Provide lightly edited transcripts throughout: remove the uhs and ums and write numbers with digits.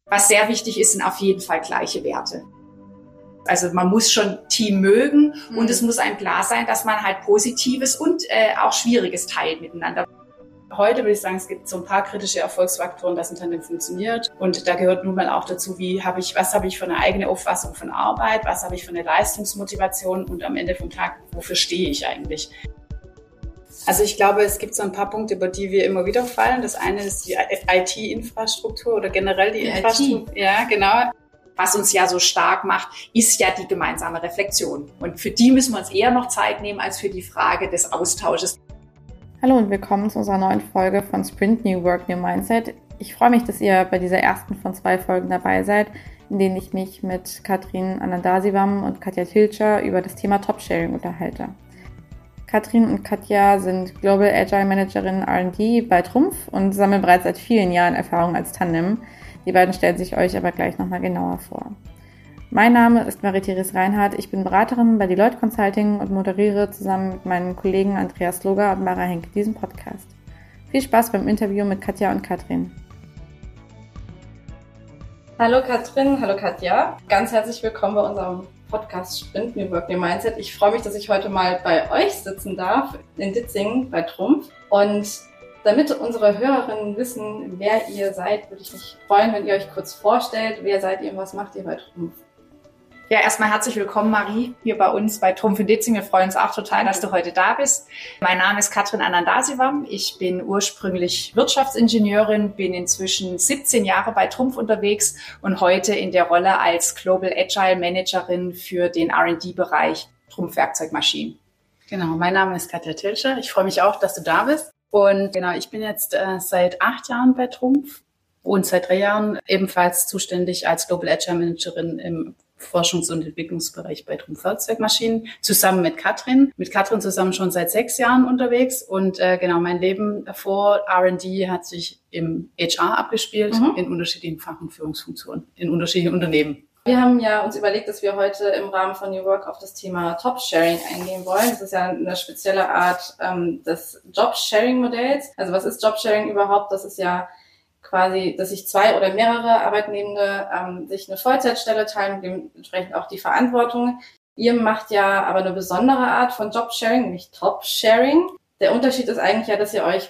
Was sehr wichtig ist, sind auf jeden Fall gleiche Werte. Also man muss schon Team mögen und es muss einem klar sein, dass man halt Positives und auch Schwieriges teilt miteinander. Heute würde ich sagen, es gibt so ein paar kritische Erfolgsfaktoren, dass ein Tandem funktioniert. Und da gehört nun mal auch dazu, was habe ich für eine eigene Auffassung von Arbeit, was habe ich für eine Leistungsmotivation und am Ende vom Tag, wofür stehe ich eigentlich? Also ich glaube, es gibt so ein paar Punkte, über die wir immer wieder fallen. Das eine ist die IT-Infrastruktur oder generell die Infrastruktur. IT. Ja, genau. Was uns ja so stark macht, ist ja die gemeinsame Reflexion. Und für die müssen wir uns eher noch Zeit nehmen, als für die Frage des Austausches. Hallo und willkommen zu unserer neuen Folge von Sprint New Work, New Mindset. Ich freue mich, dass ihr bei dieser ersten von 2 Folgen dabei seid, in denen ich mich mit Katrin Anandasivam und Katja Tilscher über das Thema Top-Sharing unterhalte. Katrin und Katja sind Global Agile Managerinnen R&D bei Trumpf und sammeln bereits seit vielen Jahren Erfahrung als Tandem. Die beiden stellen sich euch aber gleich nochmal genauer vor. Mein Name ist Marie-Therese Reinhardt, ich bin Beraterin bei Deloitte Consulting und moderiere zusammen mit meinen Kollegen Andreas Loger und Mara Henke diesen Podcast. Viel Spaß beim Interview mit Katja und Katrin. Hallo Katrin, hallo Katja. Ganz herzlich willkommen bei unserem Podcast Sprint New Work, New Mindset. Ich freue mich, dass ich heute mal bei euch sitzen darf, in Ditzingen bei Trumpf. Und damit unsere Hörerinnen wissen, wer ihr seid, würde ich mich freuen, wenn ihr euch kurz vorstellt. Wer seid ihr und was macht ihr bei Trumpf? Ja, erstmal herzlich willkommen, Marie, hier bei uns bei Trumpf in Ditzingen. Wir freuen uns auch total, dass du heute da bist. Mein Name ist Katrin Anandasivam. Ich bin ursprünglich Wirtschaftsingenieurin, bin inzwischen 17 Jahre bei Trumpf unterwegs und heute in der Rolle als Global Agile Managerin für den R&D-Bereich Trumpf Werkzeugmaschinen. Genau, mein Name ist Katja Tilscher. Ich freue mich auch, dass du da bist. Und genau, ich bin jetzt seit 8 Jahren bei Trumpf und seit 3 Jahren ebenfalls zuständig als Global Agile Managerin im Forschungs- und Entwicklungsbereich bei Trumpf Werkzeugmaschinen, zusammen mit Katrin. Mit Katrin zusammen schon seit 6 Jahren unterwegs. Und genau, mein Leben vor R&D hat sich im HR abgespielt, in unterschiedlichen Fach- und Führungsfunktionen, in unterschiedlichen Unternehmen. Wir haben ja uns überlegt, dass wir heute im Rahmen von New Work auf das Thema Top-Sharing eingehen wollen. Das ist ja eine spezielle Art des Job-Sharing-Modells. Also was ist Job-Sharing überhaupt? Das ist ja quasi, dass sich 2 oder mehrere Arbeitnehmende sich eine Vollzeitstelle teilen und dementsprechend auch die Verantwortung. Ihr macht ja aber eine besondere Art von Job-Sharing, nämlich Top-Sharing. Der Unterschied ist eigentlich ja, dass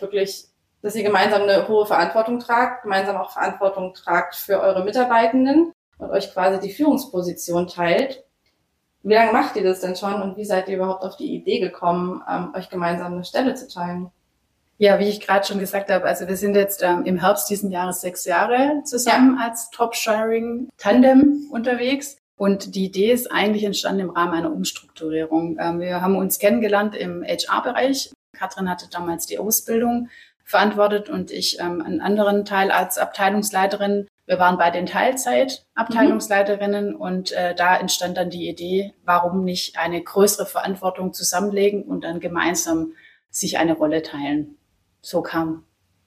ihr gemeinsam eine hohe Verantwortung tragt, gemeinsam auch Verantwortung tragt für eure Mitarbeitenden und euch quasi die Führungsposition teilt. Wie lange macht ihr das denn schon und wie seid ihr überhaupt auf die Idee gekommen, euch gemeinsam eine Stelle zu teilen? Ja, wie ich gerade schon gesagt habe, also wir sind jetzt im Herbst diesen Jahres 6 Jahre zusammen als Top-Sharing-Tandem unterwegs. Und die Idee ist eigentlich entstanden im Rahmen einer Umstrukturierung. Wir haben uns kennengelernt im HR-Bereich. Katrin hatte damals die Ausbildung verantwortet und ich einen anderen Teil als Abteilungsleiterin. Wir waren beide in Teilzeit Abteilungsleiterinnen und da entstand dann die Idee, warum nicht eine größere Verantwortung zusammenlegen und dann gemeinsam sich eine Rolle teilen. So kam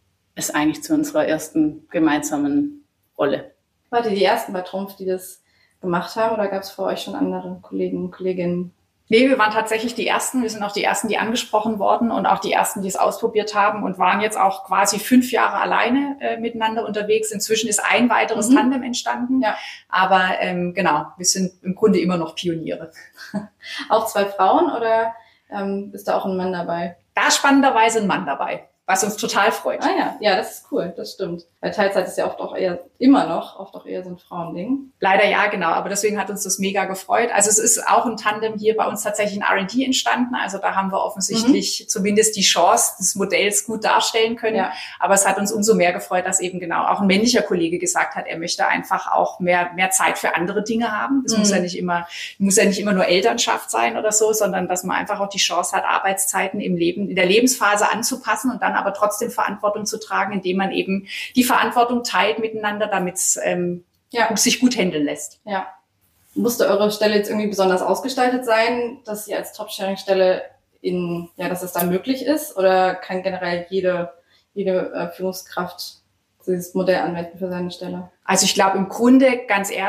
es eigentlich zu unserer ersten gemeinsamen Rolle. Wart ihr die Ersten bei Trumpf, die das gemacht haben oder gab es vor euch schon andere Kollegen und Kolleginnen? Nee, wir waren tatsächlich die Ersten. Wir sind auch die Ersten, die angesprochen wurden und auch die Ersten, die es ausprobiert haben und waren jetzt auch quasi 5 Jahre alleine miteinander unterwegs. Inzwischen ist ein weiteres Tandem entstanden. Ja. Aber genau, wir sind im Grunde immer noch Pioniere. Auch 2 Frauen oder ist da auch ein Mann dabei? Da spannenderweise ein Mann dabei, was uns total freut. Ja, das ist cool, das stimmt. Weil Teilzeit ist ja oft auch eher so ein Frauending. Leider ja, genau, aber deswegen hat uns das mega gefreut. Also es ist auch ein Tandem hier bei uns tatsächlich in R&D entstanden, also da haben wir offensichtlich zumindest die Chance des Modells gut darstellen können. Ja. Aber es hat uns umso mehr gefreut, dass eben genau auch ein männlicher Kollege gesagt hat, er möchte einfach auch mehr Zeit für andere Dinge haben. Das muss ja nicht immer nur Elternschaft sein oder so, sondern dass man einfach auch die Chance hat, Arbeitszeiten in der Lebensphase anzupassen und dann aber trotzdem Verantwortung zu tragen, indem man eben die Verantwortung teilt miteinander, damit es sich gut handeln lässt. Ja. Musste eure Stelle jetzt irgendwie besonders ausgestaltet sein, dass sie als Top-Sharing-Stelle dass es da möglich ist? Oder kann generell jede Führungskraft dieses Modell anwenden für seine Stelle? Also ich glaube im Grunde, ganz ehrlich,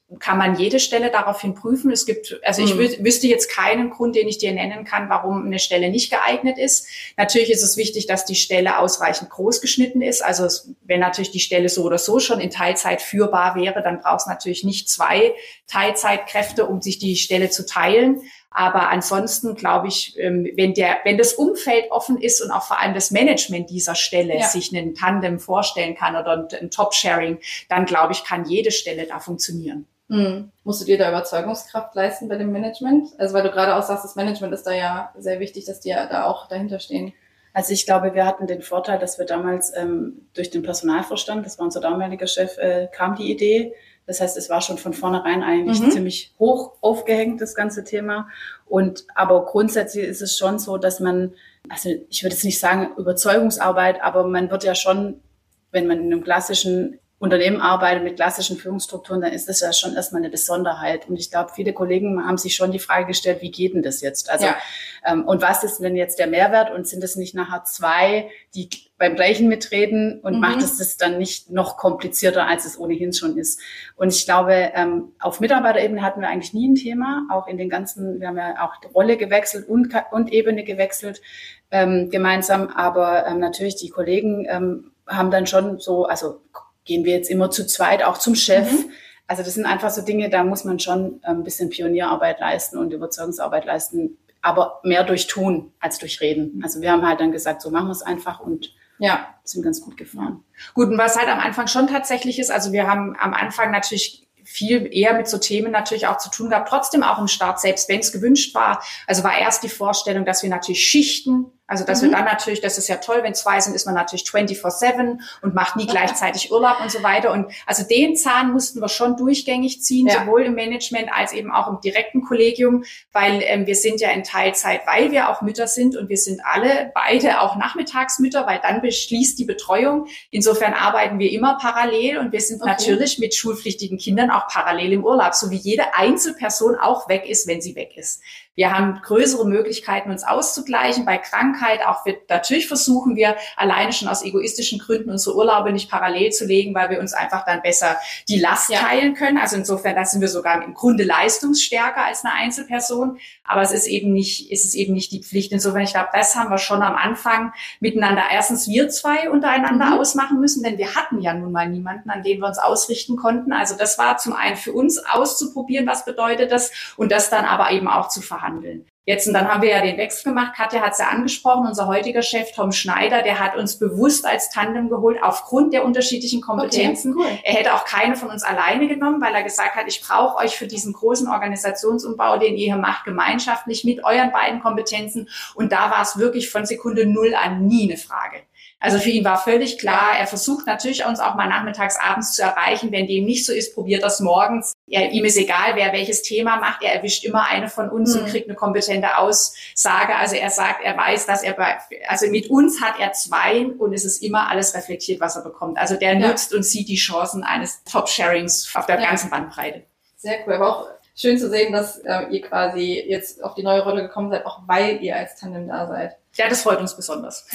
kann man jede Stelle daraufhin prüfen. Es gibt, also ich wüsste jetzt keinen Grund, den ich dir nennen kann, warum eine Stelle nicht geeignet ist. Natürlich ist es wichtig, dass die Stelle ausreichend groß geschnitten ist. Also wenn natürlich die Stelle so oder so schon in Teilzeit führbar wäre, dann braucht es natürlich nicht 2 Teilzeitkräfte, um sich die Stelle zu teilen. Aber ansonsten glaube ich, wenn das Umfeld offen ist und auch vor allem das Management dieser Stelle sich einen Tandem vorstellen kann oder ein Top-Sharing, dann glaube ich, kann jede Stelle da funktionieren. Musst du dir da Überzeugungskraft leisten bei dem Management? Also weil du gerade auch sagst, das Management ist da ja sehr wichtig, dass die ja da auch dahinter stehen. Also ich glaube, wir hatten den Vorteil, dass wir damals durch den Personalvorstand, das war unser damaliger Chef, kam die Idee. Das heißt, es war schon von vornherein eigentlich ziemlich hoch aufgehängt, das ganze Thema. Aber grundsätzlich ist es schon so, dass man, also ich würde jetzt nicht sagen Überzeugungsarbeit, aber man wird ja schon, wenn man in einem klassischen Unternehmen arbeitet mit klassischen Führungsstrukturen, dann ist das ja schon erstmal eine Besonderheit. Und ich glaube, viele Kollegen haben sich schon die Frage gestellt, wie geht denn das jetzt? Also, und was ist denn jetzt der Mehrwert? Und sind es nicht nachher 2, die beim Gleichen mitreden und macht es das dann nicht noch komplizierter, als es ohnehin schon ist? Und ich glaube, auf Mitarbeiterebene hatten wir eigentlich nie ein Thema, auch in den ganzen, wir haben ja auch Rolle gewechselt und Ebene gewechselt, gemeinsam. Aber natürlich die Kollegen haben dann schon so, also gehen wir jetzt immer zu zweit, auch zum Chef. Also das sind einfach so Dinge, da muss man schon ein bisschen Pionierarbeit leisten und Überzeugungsarbeit leisten, aber mehr durch Tun als durch Reden. Also wir haben halt dann gesagt, so machen wir es einfach und sind ganz gut gefahren. Gut, und was halt am Anfang schon tatsächlich ist, also wir haben am Anfang natürlich viel eher mit so Themen natürlich auch zu tun gehabt, trotzdem auch im Start, selbst wenn es gewünscht war. Also war erst die Vorstellung, dass wir natürlich schichten, also dass wir dann natürlich, das ist ja toll, wenn 2 sind, ist man natürlich 24/7 und macht nie gleichzeitig Urlaub und so weiter. Und also den Zahn mussten wir schon durchgängig ziehen, sowohl im Management als eben auch im direkten Kollegium, weil wir sind ja in Teilzeit, weil wir auch Mütter sind und wir sind alle beide auch Nachmittagsmütter, weil dann beschließt die Betreuung. Insofern arbeiten wir immer parallel und wir sind natürlich mit schulpflichtigen Kindern auch parallel im Urlaub, so wie jede Einzelperson auch weg ist, wenn sie weg ist. Wir haben größere Möglichkeiten, uns auszugleichen. Bei Krankheit auch natürlich versuchen wir alleine schon aus egoistischen Gründen unsere Urlaube nicht parallel zu legen, weil wir uns einfach dann besser die Last teilen können. Also insofern, da sind wir sogar im Grunde leistungsstärker als eine Einzelperson. Aber es ist eben nicht die Pflicht. Insofern, ich glaube, das haben wir schon am Anfang miteinander erstens wir 2 untereinander ausmachen müssen, denn wir hatten ja nun mal niemanden, an den wir uns ausrichten konnten. Also das war zum einen für uns auszuprobieren, was bedeutet das, und das dann aber eben auch zu verhandeln. Jetzt, und dann haben wir ja den Wechsel gemacht. Katja hat es ja angesprochen, unser heutiger Chef Tom Schneider, der hat uns bewusst als Tandem geholt, aufgrund der unterschiedlichen Kompetenzen. Okay, cool. Er hätte auch keine von uns alleine genommen, weil er gesagt hat, ich brauche euch für diesen großen Organisationsumbau, den ihr hier macht, gemeinschaftlich mit euren beiden Kompetenzen. Und da war es wirklich von Sekunde 0 an nie eine Frage. Also für ihn war völlig klar, er versucht natürlich uns auch mal nachmittags, abends zu erreichen. Wenn dem nicht so ist, probiert das morgens. Ihm ist egal, wer welches Thema macht. Er erwischt immer eine von uns und kriegt eine kompetente Aussage. Also er sagt, er weiß, dass also mit uns hat er 2 und es ist immer alles reflektiert, was er bekommt. Also der nutzt und sieht die Chancen eines Top-Sharings auf der ganzen Bandbreite. Sehr cool, aber auch schön zu sehen, dass ihr quasi jetzt auf die neue Rolle gekommen seid, auch weil ihr als Tandem da seid. Ja, das freut uns besonders.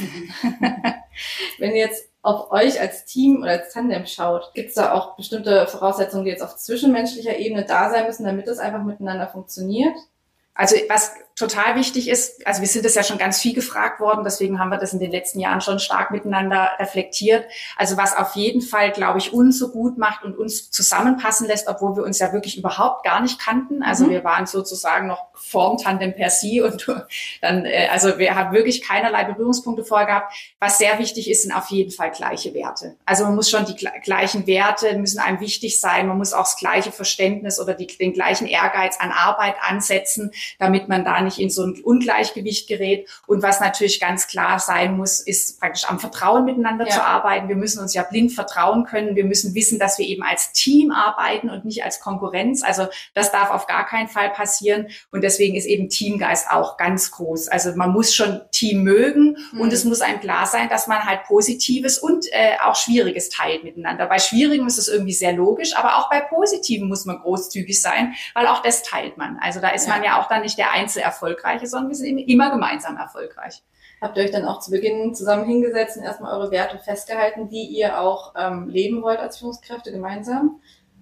Wenn ihr jetzt auf euch als Team oder als Tandem schaut, gibt es da auch bestimmte Voraussetzungen, die jetzt auf zwischenmenschlicher Ebene da sein müssen, damit das einfach miteinander funktioniert? Also was total wichtig ist, also wir sind das ja schon ganz viel gefragt worden, deswegen haben wir das in den letzten Jahren schon stark miteinander reflektiert. Also was auf jeden Fall, glaube ich, uns so gut macht und uns zusammenpassen lässt, obwohl wir uns ja wirklich überhaupt gar nicht kannten. Also wir waren sozusagen noch vorm Tandem per se und dann, also wir haben wirklich keinerlei Berührungspunkte vorher gehabt. Was sehr wichtig ist, sind auf jeden Fall gleiche Werte. Also man muss schon die gleichen Werte, müssen einem wichtig sein. Man muss auch das gleiche Verständnis oder den gleichen Ehrgeiz an Arbeit ansetzen, damit man da nicht in so ein Ungleichgewicht gerät. Und was natürlich ganz klar sein muss, ist praktisch am Vertrauen miteinander zu arbeiten. Wir müssen uns ja blind vertrauen können. Wir müssen wissen, dass wir eben als Team arbeiten und nicht als Konkurrenz. Also das darf auf gar keinen Fall passieren. Und deswegen ist eben Teamgeist auch ganz groß. Also man muss schon Team mögen und es muss einem klar sein, dass man halt Positives und auch Schwieriges teilt miteinander. Bei Schwierigem ist es irgendwie sehr logisch, aber auch bei Positiven muss man großzügig sein, weil auch das teilt man. Also da ist man ja auch dann nicht der Einzelerfolgreiche, sondern wir sind immer gemeinsam erfolgreich. Habt ihr euch dann auch zu Beginn zusammen hingesetzt und erstmal eure Werte festgehalten, die ihr auch leben wollt als Führungskräfte gemeinsam?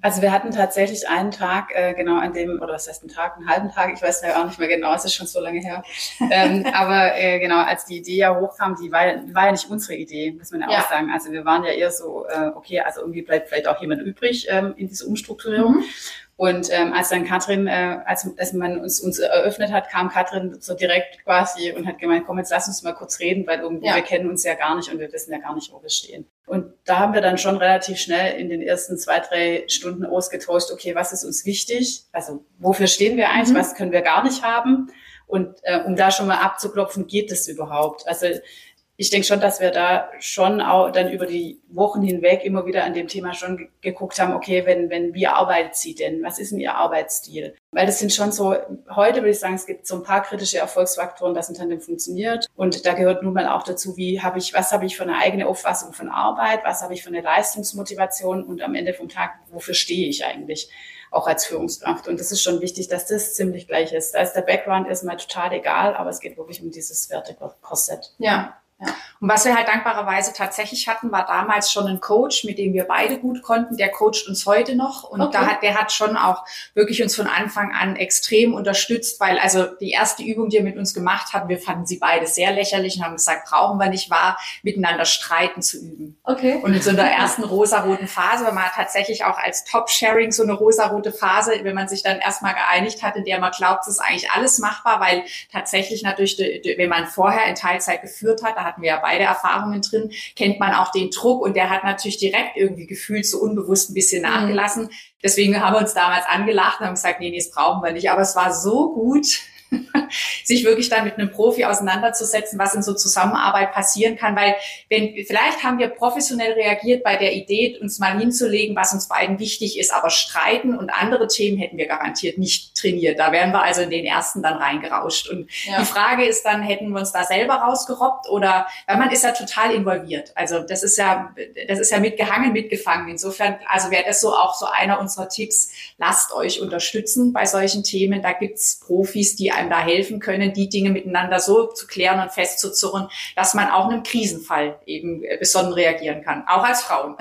Also wir hatten tatsächlich einen Tag, genau an dem, oder was heißt ein Tag, einen halben Tag, ich weiß ja auch nicht mehr genau, es ist schon so lange her. Aber genau, als die Idee ja hochkam, die war ja nicht unsere Idee, muss man ja auch sagen. Also wir waren ja eher so, okay, also irgendwie bleibt vielleicht auch jemand übrig in dieser Umstrukturierung. Mhm. Und als dann Katrin, als man uns eröffnet hat, kam Katrin so direkt quasi und hat gemeint, komm, jetzt lass uns mal kurz reden, weil irgendwie wir kennen uns ja gar nicht und wir wissen ja gar nicht, wo wir stehen. Und da haben wir dann schon relativ schnell in den ersten 2-3 Stunden ausgetauscht, okay, was ist uns wichtig? Also wofür stehen wir eigentlich? Was können wir gar nicht haben? Und um da schon mal abzuklopfen, geht das überhaupt? Also ich denke schon, dass wir da schon auch dann über die Wochen hinweg immer wieder an dem Thema schon geguckt haben, okay, wie arbeitet sie denn? Was ist denn ihr Arbeitsstil? Weil das sind schon so, heute würde ich sagen, es gibt so ein paar kritische Erfolgsfaktoren, dass ein Tandem funktioniert. Und da gehört nun mal auch dazu, was habe ich für eine eigene Auffassung von Arbeit? Was habe ich für eine Leistungsmotivation? Und am Ende vom Tag, wofür stehe ich eigentlich? Auch als Führungskraft. Und das ist schon wichtig, dass das ziemlich gleich ist. Da ist der Background erstmal total egal, aber es geht wirklich um dieses Wertekorsett. Ja. Ja. Und was wir halt dankbarerweise tatsächlich hatten, war damals schon ein Coach, mit dem wir beide gut konnten. Der coacht uns heute noch. Und der hat schon auch wirklich uns von Anfang an extrem unterstützt, weil also die erste Übung, die er mit uns gemacht hat, wir fanden sie beide sehr lächerlich und haben gesagt, brauchen wir nicht, war miteinander streiten zu üben. Okay. Und in so einer ersten rosaroten Phase, weil man hat tatsächlich auch als Top-Sharing so eine rosarote Phase, wenn man sich dann erstmal geeinigt hat, in der man glaubt, es ist eigentlich alles machbar, weil tatsächlich natürlich, wenn man vorher in Teilzeit geführt hat, da hatten wir ja beide Erfahrungen drin, kennt man auch den Druck und der hat natürlich direkt irgendwie gefühlt so unbewusst ein bisschen nachgelassen. Deswegen haben wir uns damals angelacht und haben gesagt, nee, das brauchen wir nicht. Aber es war so gut, sich wirklich dann mit einem Profi auseinanderzusetzen, was in so Zusammenarbeit passieren kann, weil vielleicht haben wir professionell reagiert bei der Idee, uns mal hinzulegen, was uns beiden wichtig ist, aber streiten und andere Themen hätten wir garantiert nicht trainiert. Da wären wir also in den ersten dann reingerauscht. Und die Frage ist dann, hätten wir uns da selber rausgerobbt oder, weil man ist ja total involviert. Also das ist ja mitgehangen, mitgefangen. Insofern, also wäre das so auch so einer unserer Tipps, lasst euch unterstützen bei solchen Themen. Da gibt's Profis, die einem da helfen können, die Dinge miteinander so zu klären und festzuzurren, dass man auch in einem Krisenfall eben besonnen reagieren kann, auch als Frauen.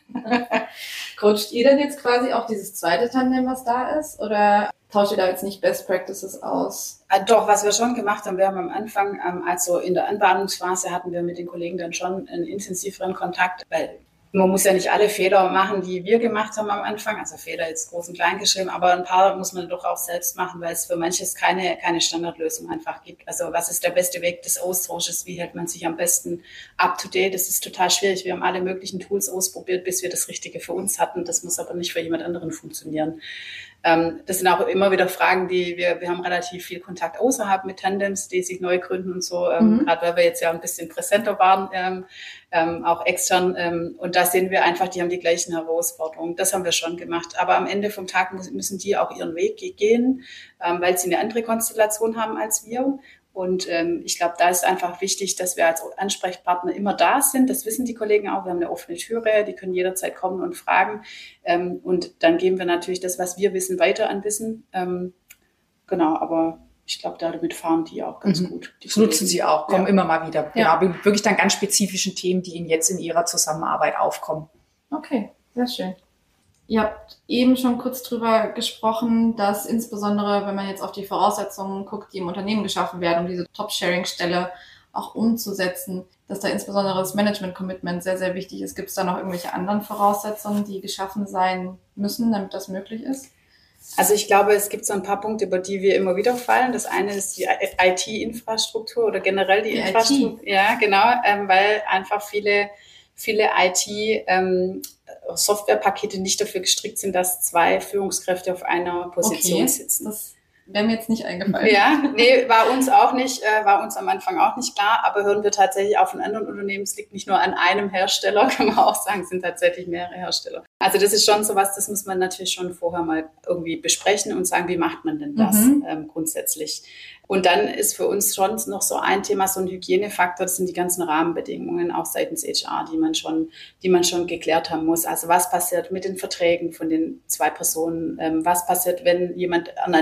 Coacht ihr denn jetzt quasi auch dieses zweite Tandem, was da ist? Oder tauscht ihr da jetzt nicht Best Practices aus? Doch, was wir schon gemacht haben, wir haben am Anfang, also in der Anbahnungsphase hatten wir mit den Kollegen dann schon einen intensiveren Kontakt, weil man muss ja nicht alle Fehler machen, die wir gemacht haben am Anfang, also Fehler jetzt groß und klein geschrieben, aber ein paar muss man doch auch selbst machen, weil es für manches keine Standardlösung einfach gibt. Also was ist der beste Weg des Austausches? Wie hält man sich am besten up to date? Das ist total schwierig. Wir haben alle möglichen Tools ausprobiert, bis wir das Richtige für uns hatten. Das muss aber nicht für jemand anderen funktionieren. Das sind auch immer wieder Fragen, die wir haben relativ viel Kontakt außerhalb mit Tandems, die sich neu gründen und so, gerade weil wir jetzt ja ein bisschen präsenter waren, auch extern. Und da sehen wir einfach, die haben die gleichen Herausforderungen. Das haben wir schon gemacht. Aber am Ende vom Tag müssen die auch ihren Weg gehen, weil sie eine andere Konstellation haben als wir. Und ich glaube, da ist einfach wichtig, dass wir als Ansprechpartner immer da sind. Das wissen die Kollegen auch. Wir haben eine offene Türe, die können jederzeit kommen und fragen. Und dann geben wir natürlich das, was wir wissen, weiter an Wissen. Genau, aber ich glaube, damit fahren die auch ganz gut. Das nutzen sie auch, kommen immer mal wieder. Ja. Genau, wirklich dann ganz spezifischen Themen, die ihnen jetzt in ihrer Zusammenarbeit aufkommen. Okay, sehr schön. Ihr habt eben schon kurz drüber gesprochen, dass insbesondere, wenn man jetzt auf die Voraussetzungen guckt, die im Unternehmen geschaffen werden, um diese Top-Sharing-Stelle auch umzusetzen, dass da insbesondere das Management-Commitment sehr, sehr wichtig ist. Gibt es da noch irgendwelche anderen Voraussetzungen, die geschaffen sein müssen, damit das möglich ist? Also ich glaube, es gibt so ein paar Punkte, über die wir immer wieder fallen. Das eine ist die IT-Infrastruktur oder generell die Infrastruktur. IT. Ja, genau, weil einfach viele IT Softwarepakete nicht dafür gestrickt sind, dass 2 Führungskräfte auf einer Position sitzen. Das wäre mir jetzt nicht eingefallen. Ja, nee, war uns am Anfang auch nicht klar, aber hören wir tatsächlich auch von anderen Unternehmen, es liegt nicht nur an einem Hersteller, kann man auch sagen, es sind tatsächlich mehrere Hersteller. Also das ist schon sowas, das muss man natürlich schon vorher mal irgendwie besprechen und sagen, wie macht man denn das grundsätzlich? Und dann ist für uns schon noch so ein Thema, so ein Hygienefaktor, das sind die ganzen Rahmenbedingungen, auch seitens HR, die man schon geklärt haben muss. Also was passiert mit den Verträgen von den 2 Personen? Was passiert, wenn jemand ernannt wird, wie jetzt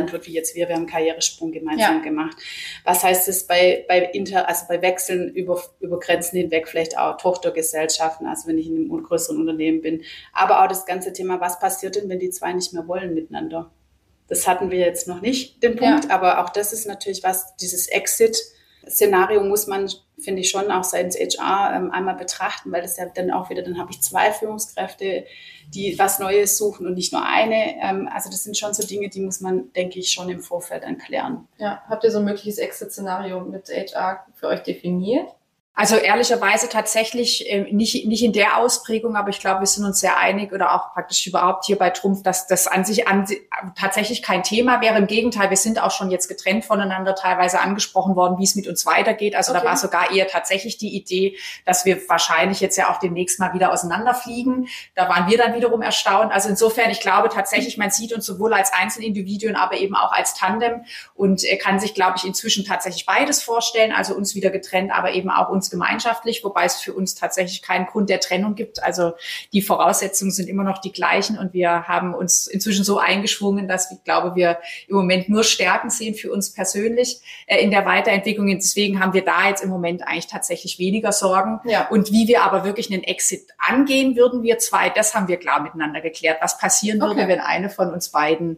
jetzt wir haben einen Karrieresprung gemeinsam gemacht. Was heißt es bei Wechseln über Grenzen hinweg, vielleicht auch Tochtergesellschaften, also wenn ich in einem größeren Unternehmen bin. Aber auch das ganze Thema, was passiert denn, wenn die zwei nicht mehr wollen miteinander? Das hatten wir jetzt noch nicht, den Punkt, aber auch das ist natürlich was, dieses Exit-Szenario muss man, finde ich, schon auch seitens HR einmal betrachten, weil das ja dann auch wieder, dann habe ich 2 Führungskräfte, die was Neues suchen und nicht nur eine. Also das sind schon so Dinge, die muss man, denke ich, schon im Vorfeld dann klären. Ja, habt ihr so ein mögliches Exit-Szenario mit HR für euch definiert? Also ehrlicherweise tatsächlich nicht in der Ausprägung, aber ich glaube, wir sind uns sehr einig oder auch praktisch überhaupt hier bei Trumpf, dass das an sich tatsächlich kein Thema wäre. Im Gegenteil, wir sind auch schon jetzt getrennt voneinander teilweise angesprochen worden, wie es mit uns weitergeht. Also da war sogar eher tatsächlich die Idee, dass wir wahrscheinlich jetzt ja auch demnächst mal wieder auseinanderfliegen. Da waren wir dann wiederum erstaunt. Also insofern, ich glaube tatsächlich, man sieht uns sowohl als Einzelindividuen, aber eben auch als Tandem und kann sich, glaube ich, inzwischen tatsächlich beides vorstellen. Also uns wieder getrennt, aber eben auch uns gemeinschaftlich, wobei es für uns tatsächlich keinen Grund der Trennung gibt. Also die Voraussetzungen sind immer noch die gleichen und wir haben uns inzwischen so eingeschwungen, dass ich glaube, wir im Moment nur Stärken sehen für uns persönlich in der Weiterentwicklung. Und deswegen haben wir da jetzt im Moment eigentlich tatsächlich weniger Sorgen. Ja. Und wie wir aber wirklich einen Exit angehen würden, wir zwei, das haben wir klar miteinander geklärt. Was passieren würde, wenn eine von uns beiden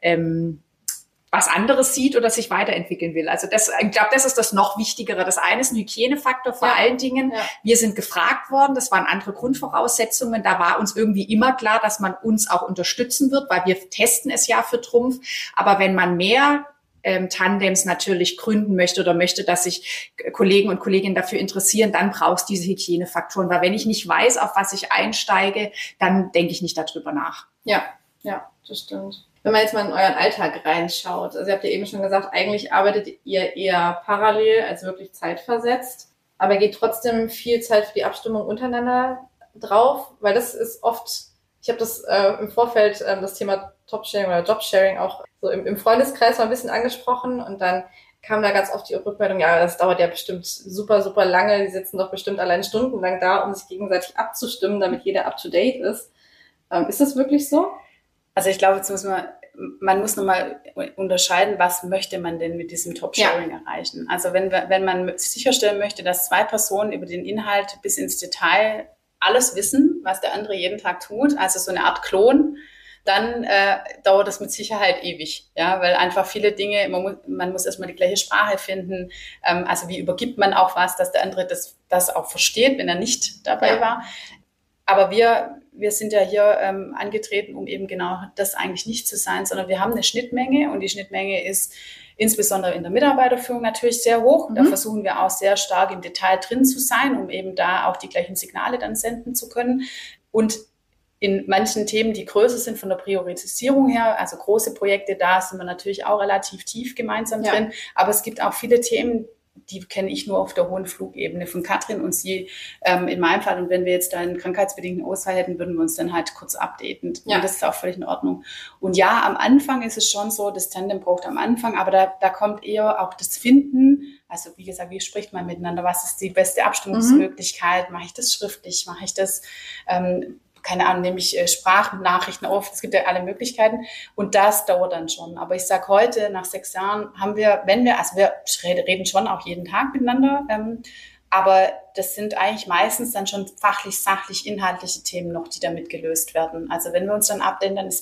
was anderes sieht oder sich weiterentwickeln will. Also ich glaube, das ist das noch Wichtigere. Das eine ist ein Hygienefaktor vor allen Dingen. Ja. Wir sind gefragt worden, das waren andere Grundvoraussetzungen. Da war uns irgendwie immer klar, dass man uns auch unterstützen wird, weil wir testen es ja für Trumpf. Aber wenn man mehr Tandems natürlich gründen möchte oder möchte, dass sich Kollegen und Kolleginnen dafür interessieren, dann brauchst du diese Hygienefaktoren. Weil wenn ich nicht weiß, auf was ich einsteige, dann denke ich nicht darüber nach. Ja, das stimmt. Wenn man jetzt mal in euren Alltag reinschaut, also ihr habt ja eben schon gesagt, eigentlich arbeitet ihr eher parallel als wirklich zeitversetzt, aber geht trotzdem viel Zeit für die Abstimmung untereinander drauf, weil das ist oft, ich habe das im Vorfeld das Thema Top-Sharing oder Job-Sharing auch so im Freundeskreis mal ein bisschen angesprochen und dann kam da ganz oft die Rückmeldung, ja, das dauert ja bestimmt super, super lange, die sitzen doch bestimmt allein stundenlang da, um sich gegenseitig abzustimmen, damit jeder up-to-date ist. Ist das wirklich so? Also ich glaube, jetzt man muss nochmal unterscheiden, was möchte man denn mit diesem Top-Sharing erreichen. Also wenn man sicherstellen möchte, dass 2 Personen über den Inhalt bis ins Detail alles wissen, was der andere jeden Tag tut, also so eine Art Klon, dann dauert das mit Sicherheit ewig, ja, weil einfach viele Dinge, man muss erstmal die gleiche Sprache finden, also wie übergibt man auch was, dass der andere das auch versteht, wenn er nicht dabei war. Aber wir sind ja hier angetreten, um eben genau das eigentlich nicht zu sein, sondern wir haben eine Schnittmenge und die Schnittmenge ist insbesondere in der Mitarbeiterführung natürlich sehr hoch. Da versuchen wir auch sehr stark im Detail drin zu sein, um eben da auch die gleichen Signale dann senden zu können. Und in manchen Themen, die größer sind von der Priorisierung her, also große Projekte, da sind wir natürlich auch relativ tief gemeinsam drin. Aber es gibt auch viele Themen, die kenne ich nur auf der hohen Flugebene von Katrin und sie in meinem Fall. Und wenn wir jetzt da einen krankheitsbedingten Ausfall hätten, würden wir uns dann halt kurz updaten. Und das ist auch völlig in Ordnung. Und ja, am Anfang ist es schon so, das Tandem braucht am Anfang, aber da kommt eher auch das Finden. Also wie gesagt, wie spricht man miteinander? Was ist die beste Abstimmungsmöglichkeit? Mache ich das schriftlich? Mache ich das keine Ahnung, nehme ich Sprachnachrichten auf, es gibt ja alle Möglichkeiten und das dauert dann schon. Aber ich sage heute, nach 6 Jahren haben wir, wir reden schon auch jeden Tag miteinander, aber das sind eigentlich meistens dann schon fachlich, sachlich, inhaltliche Themen noch, die damit gelöst werden. Also wenn wir uns dann updaten, dann ist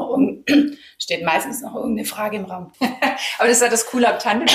steht meistens noch irgendeine Frage im Raum. Aber das ist ja das Coole am Tandem,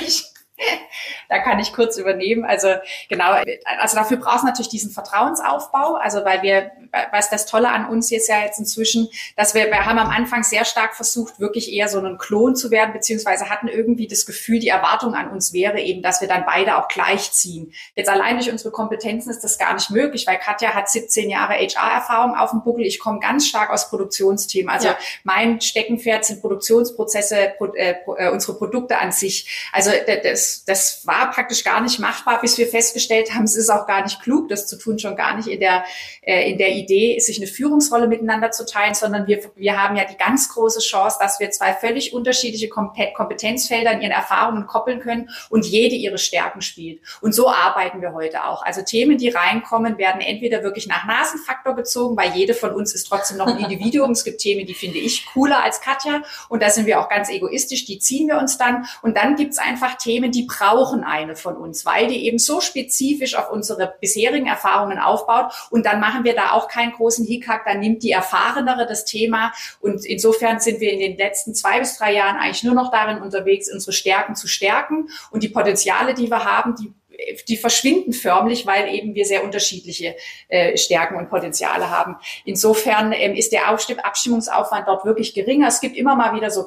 da kann ich kurz übernehmen. Also genau, also dafür braucht es natürlich diesen Vertrauensaufbau. Also was das Tolle an uns ist ja jetzt inzwischen, dass wir haben am Anfang sehr stark versucht, wirklich eher so einen Klon zu werden, beziehungsweise hatten irgendwie das Gefühl, die Erwartung an uns wäre eben, dass wir dann beide auch gleichziehen. Jetzt allein durch unsere Kompetenzen ist das gar nicht möglich, weil Katja hat 17 Jahre HR-Erfahrung auf dem Buckel. Ich komme ganz stark aus Produktionsthemen. Also mein Steckenpferd sind Produktionsprozesse, unsere Produkte an sich. Also das das war praktisch gar nicht machbar, bis wir festgestellt haben, es ist auch gar nicht klug, das zu tun, schon gar nicht in der Idee, sich eine Führungsrolle miteinander zu teilen, sondern wir haben ja die ganz große Chance, dass wir zwei völlig unterschiedliche Kompetenzfelder in ihren Erfahrungen koppeln können und jede ihre Stärken spielt. Und so arbeiten wir heute auch. Also Themen, die reinkommen, werden entweder wirklich nach Nasenfaktor bezogen, weil jede von uns ist trotzdem noch ein Individuum. Es gibt Themen, die finde ich cooler als Katja und da sind wir auch ganz egoistisch, die ziehen wir uns dann. Und dann gibt's einfach Themen, die brauchen eine von uns, weil die eben so spezifisch auf unsere bisherigen Erfahrungen aufbaut. Und dann machen wir da auch keinen großen Hickhack, dann nimmt die Erfahrenere das Thema. Und insofern sind wir in den letzten 2 bis 3 Jahren eigentlich nur noch darin unterwegs, unsere Stärken zu stärken. Und die Potenziale, die wir haben, die verschwinden förmlich, weil eben wir sehr unterschiedliche Stärken und Potenziale haben. Insofern ist der Abstimmungsaufwand dort wirklich geringer. Es gibt immer mal wieder so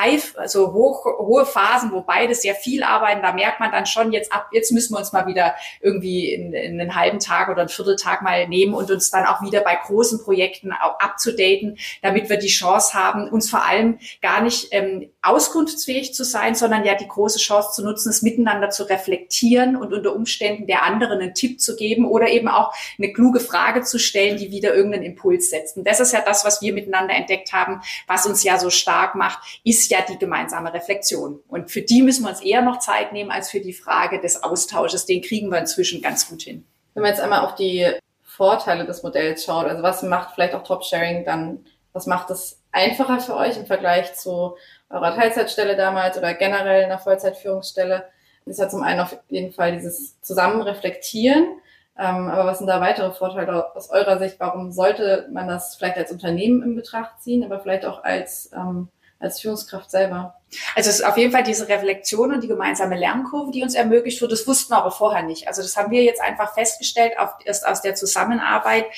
hohe Phasen, wo beide sehr viel arbeiten. Da merkt man dann schon, jetzt müssen wir uns mal wieder irgendwie in einen halben Tag oder einen Vierteltag mal nehmen und uns dann auch wieder bei großen Projekten auch abzudaten, damit wir die Chance haben, uns vor allem gar nicht auskunftsfähig zu sein, sondern ja die große Chance zu nutzen, es miteinander zu reflektieren und unter Umständen der anderen einen Tipp zu geben oder eben auch eine kluge Frage zu stellen, die wieder irgendeinen Impuls setzt. Und das ist ja das, was wir miteinander entdeckt haben, was uns ja so stark macht, ist ja die gemeinsame Reflexion. Und für die müssen wir uns eher noch Zeit nehmen als für die Frage des Austausches. Den kriegen wir inzwischen ganz gut hin. Wenn man jetzt einmal auf die Vorteile des Modells schaut, also was macht vielleicht auch Top-Sharing dann, was macht es einfacher für euch im Vergleich zu eurer Teilzeitstelle damals oder generell einer Vollzeitführungsstelle? Ist ja zum einen auf jeden Fall dieses Zusammenreflektieren. Aber was sind da weitere Vorteile aus eurer Sicht? Warum sollte man das vielleicht als Unternehmen in Betracht ziehen, aber vielleicht auch als Führungskraft selber? Also es ist auf jeden Fall diese Reflexion und die gemeinsame Lernkurve, die uns ermöglicht wird. Das wussten wir aber vorher nicht. Also das haben wir jetzt einfach festgestellt, erst aus der Zusammenarbeit,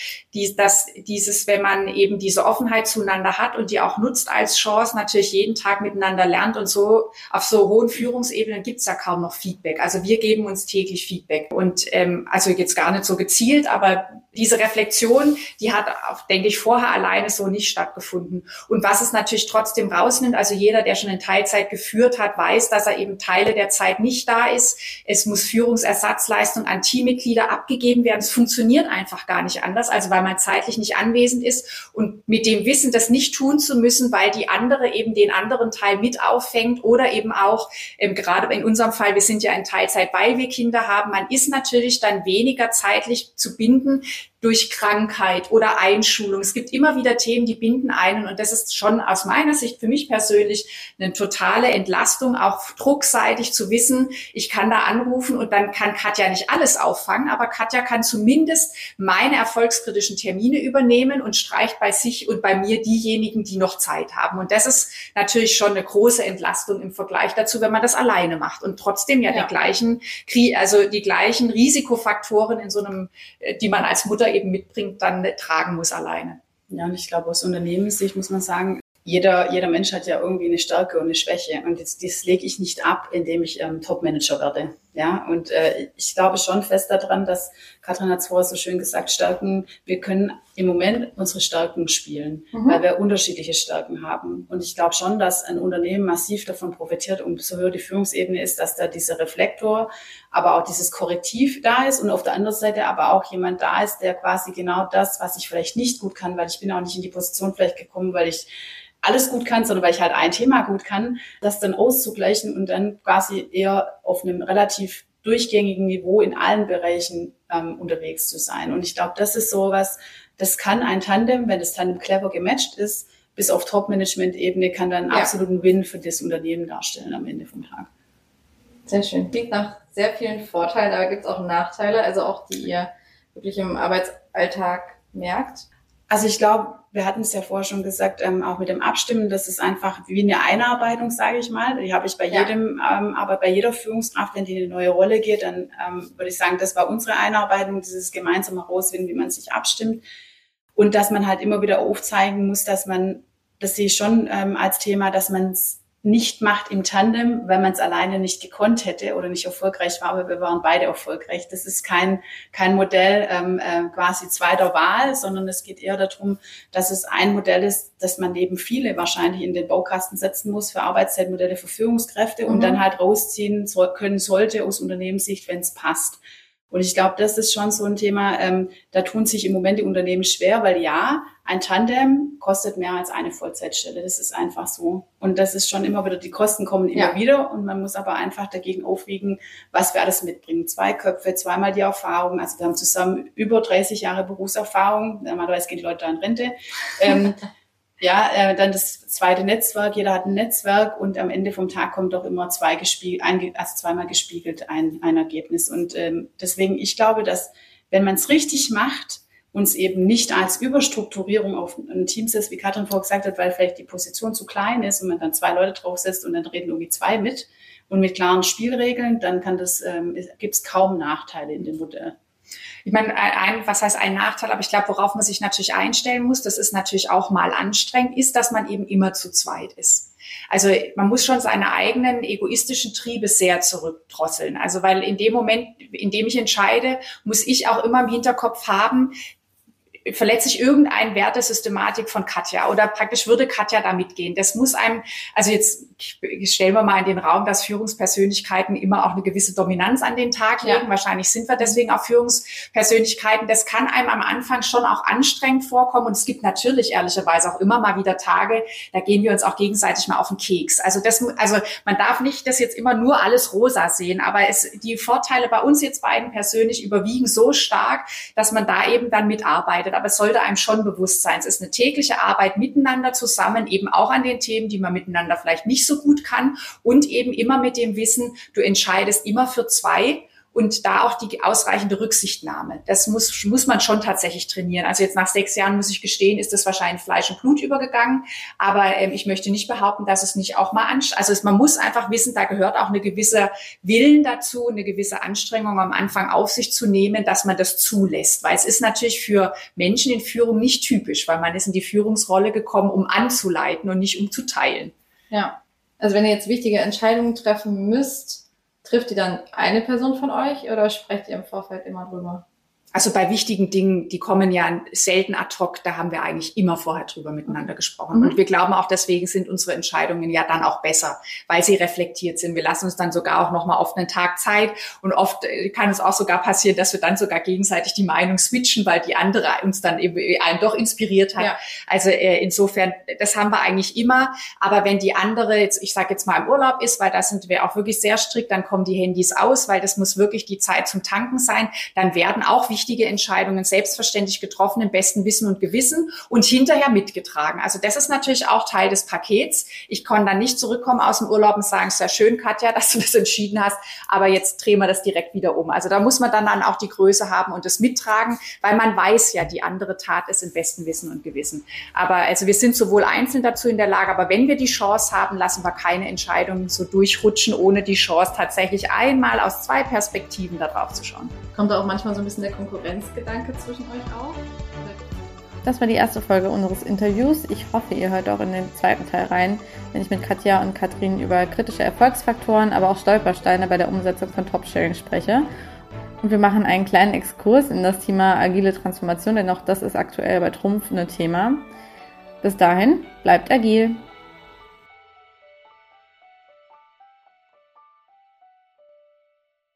wenn man eben diese Offenheit zueinander hat und die auch nutzt als Chance, natürlich jeden Tag miteinander lernt und so auf so hohen Führungsebenen gibt's ja kaum noch Feedback. Also wir geben uns täglich Feedback und also jetzt gar nicht so gezielt, aber diese Reflexion, die hat auch, denke ich, vorher alleine so nicht stattgefunden. Und was es natürlich trotzdem rausnimmt, also jeder, der schon in Teilzeit geführt hat, weiß, dass er eben Teile der Zeit nicht da ist. Es muss Führungsersatzleistung an Teammitglieder abgegeben werden. Es funktioniert einfach gar nicht anders, also weil man zeitlich nicht anwesend ist und mit dem Wissen, das nicht tun zu müssen, weil die andere eben den anderen Teil mit auffängt oder eben auch, gerade in unserem Fall, wir sind ja in Teilzeit, weil wir Kinder haben, man ist natürlich dann weniger zeitlich zu binden durch Krankheit oder Einschulung. Es gibt immer wieder Themen, die binden einen und das ist schon aus meiner Sicht für mich persönlich eine totale Entlastung, auch druckseitig zu wissen, ich kann da anrufen und dann kann Katja nicht alles auffangen, aber Katja kann zumindest meine erfolgskritischen Termine übernehmen und streicht bei sich und bei mir diejenigen, die noch Zeit haben. Und das ist natürlich schon eine große Entlastung im Vergleich dazu, wenn man das alleine macht und trotzdem die gleichen Risikofaktoren in so einem, die man als Mutter eben mitbringt, dann tragen muss alleine. Ja, und ich glaube, aus Unternehmenssicht muss man sagen, jeder Mensch hat ja irgendwie eine Stärke und eine Schwäche. Und das lege ich nicht ab, indem ich Top-Manager werde. Ja, und ich glaube schon fest daran, dass, Katrin hat es vorher so schön gesagt, wir können im Moment unsere Stärken spielen, weil wir unterschiedliche Stärken haben. Und ich glaube schon, dass ein Unternehmen massiv davon profitiert, umso höher die Führungsebene ist, dass da dieser Reflektor, aber auch dieses Korrektiv da ist und auf der anderen Seite aber auch jemand da ist, der quasi genau das, was ich vielleicht nicht gut kann, weil ich bin auch nicht in die Position vielleicht gekommen, weil ich alles gut kann, sondern weil ich halt ein Thema gut kann, das dann auszugleichen und dann quasi eher auf einem relativ durchgängigen Niveau in allen Bereichen unterwegs zu sein. Und ich glaube, das ist sowas, das kann ein Tandem, wenn das Tandem clever gematcht ist, bis auf Top-Management-Ebene, kann dann einen absoluten Win für das Unternehmen darstellen am Ende vom Tag. Sehr schön. Klingt nach sehr vielen Vorteilen, aber gibt es auch Nachteile, also auch die ihr wirklich im Arbeitsalltag merkt? Also ich glaube, wir hatten es ja vorher schon gesagt, auch mit dem Abstimmen, das ist einfach wie eine Einarbeitung, sage ich mal. Die habe ich bei jedem, aber bei jeder Führungskraft, wenn die in eine neue Rolle geht, dann würde ich sagen, das war unsere Einarbeitung, dieses gemeinsame Herausfinden, wie man sich abstimmt. Und dass man halt immer wieder aufzeigen muss, das sehe ich schon als Thema, dass man es nicht macht im Tandem, weil man es alleine nicht gekonnt hätte oder nicht erfolgreich war, aber wir waren beide erfolgreich. Das ist kein Modell quasi zweiter Wahl, sondern es geht eher darum, dass es ein Modell ist, dass man neben viele wahrscheinlich in den Baukasten setzen muss für Arbeitszeitmodelle für Führungskräfte und dann halt rausziehen können sollte aus Unternehmenssicht, wenn es passt. Und ich glaube, das ist schon so ein Thema, da tun sich im Moment die Unternehmen schwer, weil ja, ein Tandem kostet mehr als eine Vollzeitstelle. Das ist einfach so. Und das ist schon immer wieder, die Kosten kommen immer wieder und man muss aber einfach dagegen aufwiegen, was wir alles mitbringen. 2 Köpfe, 2-mal die Erfahrung. Also wir haben zusammen über 30 Jahre Berufserfahrung. Normalerweise gehen die Leute da in Rente. Dann das zweite Netzwerk, jeder hat ein Netzwerk und am Ende vom Tag kommt auch immer zweimal gespiegelt ein Ergebnis. Und deswegen, ich glaube, dass wenn man es richtig macht, uns eben nicht als Überstrukturierung auf ein Team setzt, wie Katrin vorher gesagt hat, weil vielleicht die Position zu klein ist und man dann 2 Leute draufsetzt und dann reden irgendwie 2 mit und mit klaren Spielregeln, dann gibt es kaum Nachteile in dem Modell. Ich meine, was heißt ein Nachteil? Aber ich glaube, worauf man sich natürlich einstellen muss, das ist natürlich auch mal anstrengend, ist, dass man eben immer zu zweit ist. Also man muss schon seine eigenen egoistischen Triebe sehr zurückdrosseln. Also weil in dem Moment, in dem ich entscheide, muss ich auch immer im Hinterkopf haben, verletze ich irgendein Wert der Systematik von Katja oder praktisch würde Katja da mitgehen. Das muss einem, also jetzt stellen wir mal in den Raum, dass Führungspersönlichkeiten immer auch eine gewisse Dominanz an den Tag legen. Ja. Wahrscheinlich sind wir deswegen auch Führungspersönlichkeiten. Das kann einem am Anfang schon auch anstrengend vorkommen und es gibt natürlich ehrlicherweise auch immer mal wieder Tage, da gehen wir uns auch gegenseitig mal auf den Keks. Also man darf nicht das jetzt immer nur alles rosa sehen, aber die Vorteile bei uns jetzt beiden persönlich überwiegen so stark, dass man da eben dann mitarbeitet. Aber es sollte einem schon bewusst sein, es ist eine tägliche Arbeit miteinander zusammen, eben auch an den Themen, die man miteinander vielleicht nicht so gut kann und eben immer mit dem Wissen, du entscheidest immer für 2 und da auch die ausreichende Rücksichtnahme. Das muss man schon tatsächlich trainieren. Also jetzt nach 6 Jahren, muss ich gestehen, ist das wahrscheinlich Fleisch und Blut übergegangen. Aber ich möchte nicht behaupten, dass es nicht auch mal man muss einfach wissen, da gehört auch eine gewisse Willen dazu, eine gewisse Anstrengung am Anfang auf sich zu nehmen, dass man das zulässt. Weil es ist natürlich für Menschen in Führung nicht typisch, weil man ist in die Führungsrolle gekommen, um anzuleiten und nicht um zu teilen. Ja, also wenn ihr jetzt wichtige Entscheidungen treffen müsst, trifft ihr dann eine Person von euch oder sprecht ihr im Vorfeld immer drüber? Also bei wichtigen Dingen, die kommen ja selten ad hoc, da haben wir eigentlich immer vorher drüber miteinander gesprochen. Und wir glauben auch, deswegen sind unsere Entscheidungen ja dann auch besser, weil sie reflektiert sind. Wir lassen uns dann sogar auch nochmal oft einen Tag Zeit und oft kann es auch sogar passieren, dass wir dann sogar gegenseitig die Meinung switchen, weil die andere uns dann eben einen doch inspiriert hat. Ja. Also insofern, das haben wir eigentlich immer. Aber wenn die andere, ich sage jetzt mal im Urlaub ist, weil da sind wir auch wirklich sehr strikt, dann kommen die Handys aus, weil das muss wirklich die Zeit zum Tanken sein, dann werden auch wichtige Entscheidungen selbstverständlich getroffen, im besten Wissen und Gewissen und hinterher mitgetragen. Also das ist natürlich auch Teil des Pakets. Ich kann dann nicht zurückkommen aus dem Urlaub und sagen, sehr schön, Katja, dass du das entschieden hast, aber jetzt drehen wir das direkt wieder um. Also da muss man dann auch die Größe haben und das mittragen, weil man weiß ja, die andere Tat ist im besten Wissen und Gewissen. Aber also wir sind sowohl einzeln dazu in der Lage, aber wenn wir die Chance haben, lassen wir keine Entscheidungen so durchrutschen, ohne die Chance tatsächlich einmal aus 2 Perspektiven da drauf zu schauen. Kommt da auch manchmal so ein bisschen der Konkurrenzgedanke zwischen euch auf? Das war die erste Folge unseres Interviews. Ich hoffe, ihr hört auch in den zweiten Teil rein, wenn ich mit Katja und Katrin über kritische Erfolgsfaktoren, aber auch Stolpersteine bei der Umsetzung von Top-Sharing spreche. Und wir machen einen kleinen Exkurs in das Thema agile Transformation, denn auch das ist aktuell bei Trumpf ein Thema. Bis dahin, bleibt agil!